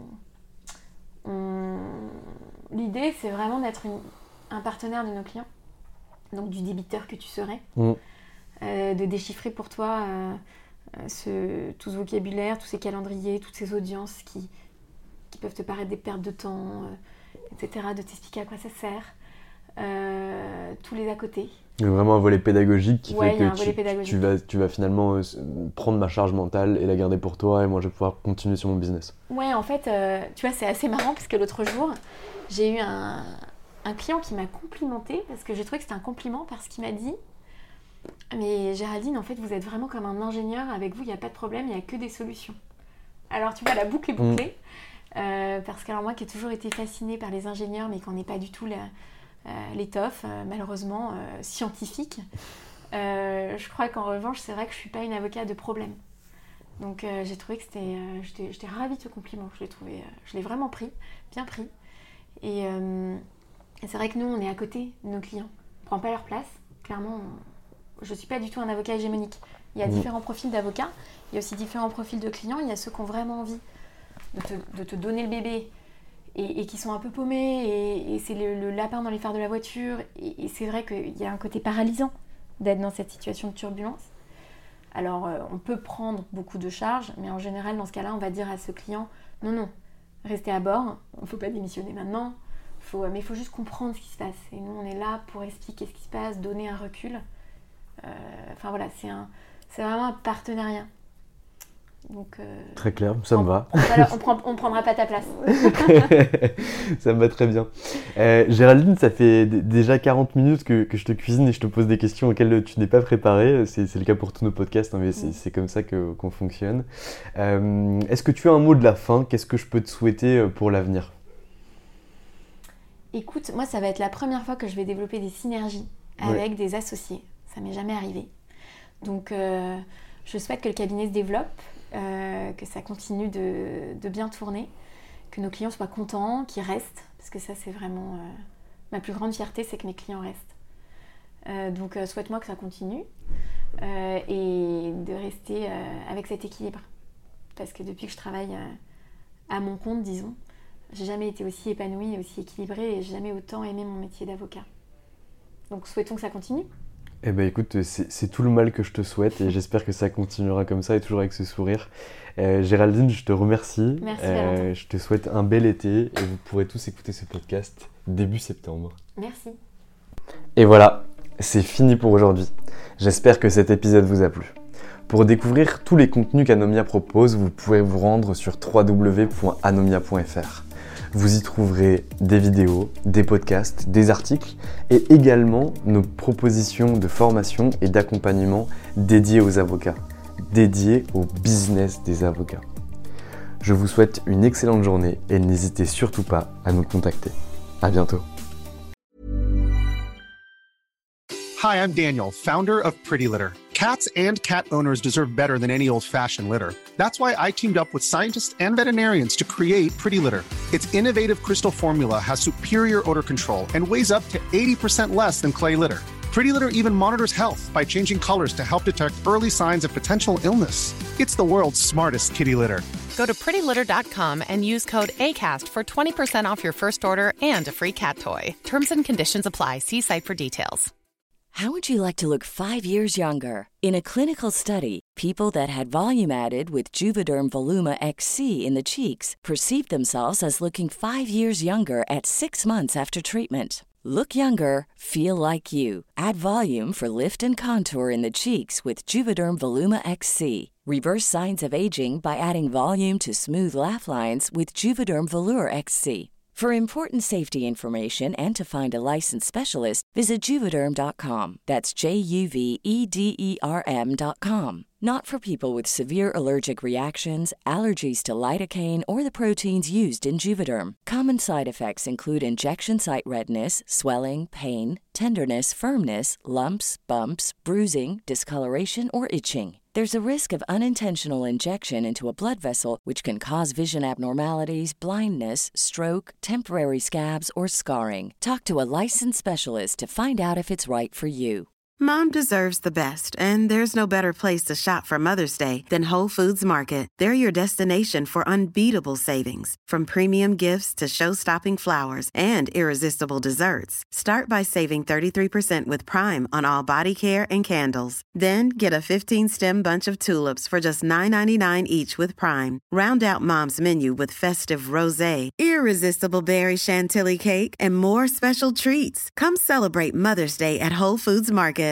on... L'idée, c'est vraiment d'être une, un partenaire de nos clients. Donc du débiteur que tu serais. Mmh. Euh, de déchiffrer pour toi euh, ce, tout ce vocabulaire, tous ces calendriers, toutes ces audiences qui... qui peuvent te paraître des pertes de temps, euh, et cetera, de t'expliquer à quoi ça sert, euh, tous les à côté.
Il y a vraiment un volet pédagogique qui
ouais,
fait que tu, pédagogique. tu, vas, tu vas finalement euh, prendre ma charge mentale et la garder pour toi et moi je vais pouvoir continuer sur mon business.
Ouais, en fait, euh, tu vois, c'est assez marrant parce que l'autre jour, j'ai eu un, un client qui m'a complimenté parce que j'ai trouvé que c'était un compliment parce qu'il m'a dit « Mais Géraldine, en fait, vous êtes vraiment comme un ingénieur, avec vous, il n'y a pas de problème, il n'y a que des solutions. » Alors, tu vois, la boucle est bouclée. Mmh. Euh, parce que alors moi qui ai toujours été fascinée par les ingénieurs mais qu'on n'est pas du tout la, euh, l'étoffe euh, malheureusement euh, scientifique, euh, je crois qu'en revanche c'est vrai que je suis pas une avocate de problème. Donc euh, j'ai trouvé que c'était euh, j'étais, j'étais ravie de ce compliment, je l'ai trouvé, euh, je l'ai vraiment pris, bien pris. Et, euh, et c'est vrai que nous on est à côté de nos clients, on prend pas leur place, clairement on, je suis pas du tout un avocat hégémonique. Il y a mmh. différents profils d'avocats, il y a aussi différents profils de clients, il y a ceux qui ont vraiment envie De te, de te donner le bébé et, et qui sont un peu paumés et, et c'est le, le lapin dans les phares de la voiture et, et c'est vrai qu'il y a un côté paralysant d'être dans cette situation de turbulence. Alors euh, on peut prendre beaucoup de charges mais en général dans ce cas-là on va dire à ce client non non, restez à bord, il ne faut pas démissionner maintenant, faut, mais il faut juste comprendre ce qui se passe et nous on est là pour expliquer ce qui se passe, donner un recul. Euh, enfin voilà, c'est, un, c'est vraiment un partenariat. Donc, euh,
très clair, ça
on,
me va.
On prend, on prendra pas ta place.
Ça me va très bien. Euh, Géraldine, ça fait d- déjà quarante minutes que, que je te cuisine et je te pose des questions auxquelles tu n'es pas préparée. C'est, c'est le cas pour tous nos podcasts, hein, mais c'est, c'est comme ça que, qu'on fonctionne. Euh, est-ce que tu as un mot de la fin ? Qu'est-ce que je peux te souhaiter pour l'avenir ?
Écoute, moi ça va être la première fois que je vais développer des synergies avec ouais. des associés. Ça m'est jamais arrivé. Donc euh, je souhaite que le cabinet se développe. euh, que ça continue de, de bien tourner, que nos clients soient contents, qu'ils restent, parce que ça c'est vraiment euh, ma plus grande fierté, c'est que mes clients restent. Euh, donc euh, souhaite-moi que ça continue euh, et de rester euh, avec cet équilibre. Parce que depuis que je travaille euh, à mon compte, disons, j'ai jamais été aussi épanouie et aussi équilibrée et j'ai jamais autant aimé mon métier d'avocat. Donc souhaitons que ça continue.
Eh ben écoute, c'est, c'est tout le mal que je te souhaite et j'espère que ça continuera comme ça et toujours avec ce sourire. Euh, Géraldine, je te remercie.
Merci
euh,
Valentin.
Je te souhaite un bel été et vous pourrez tous écouter ce podcast début septembre.
Merci.
Et voilà, c'est fini pour aujourd'hui. J'espère que cet épisode vous a plu. Pour découvrir tous les contenus qu'Anomia propose, vous pouvez vous rendre sur w w w point anomia point f r. Vous y trouverez des vidéos, des podcasts, des articles et également nos propositions de formation et d'accompagnement dédiées aux avocats, dédiées au business des avocats. Je vous souhaite une excellente journée et n'hésitez surtout pas à nous contacter. À bientôt.
Hi, I'm Daniel, founder of Pretty Litter. Cats and cat owners deserve better than any old-fashioned litter. That's why I teamed up with scientists and veterinarians to create Pretty Litter. Its innovative crystal formula has superior odor control and weighs up to eighty percent less than clay litter. Pretty Litter even monitors health by changing colors to help detect early signs of potential illness. It's the world's smartest kitty litter.
Go to pretty litter dot com and use code ACAST for twenty percent off your first order and a free cat toy. Terms and conditions apply. See site for details.
How would you like to look five years younger? In a clinical study, people that had volume added with Juvederm Voluma X C in the cheeks perceived themselves as looking five years younger at six months after treatment. Look younger, feel like you. Add volume for lift and contour in the cheeks with Juvederm Voluma X C. Reverse signs of aging by adding volume to smooth laugh lines with Juvederm Volure X C. For important safety information and to find a licensed specialist, visit Juvederm dot com. That's J U V E D E R M dot com. Not for people with severe allergic reactions, allergies to lidocaine, or the proteins used in Juvederm. Common side effects include injection site redness, swelling, pain, tenderness, firmness, lumps, bumps, bruising, discoloration, or itching. There's a risk of unintentional injection into a blood vessel, which can cause vision abnormalities, blindness, stroke, temporary scabs, or scarring. Talk to a licensed specialist to find out if it's right for you.
Mom deserves the best, and there's no better place to shop for Mother's Day than Whole Foods Market. They're your destination for unbeatable savings, from premium gifts to show-stopping flowers and irresistible desserts. Start by saving thirty-three percent with Prime on all body care and candles. Then get a fifteen-stem bunch of tulips for just nine ninety-nine each with Prime. Round out Mom's menu with festive rosé, irresistible berry chantilly cake, and more special treats. Come celebrate Mother's Day at Whole Foods Market.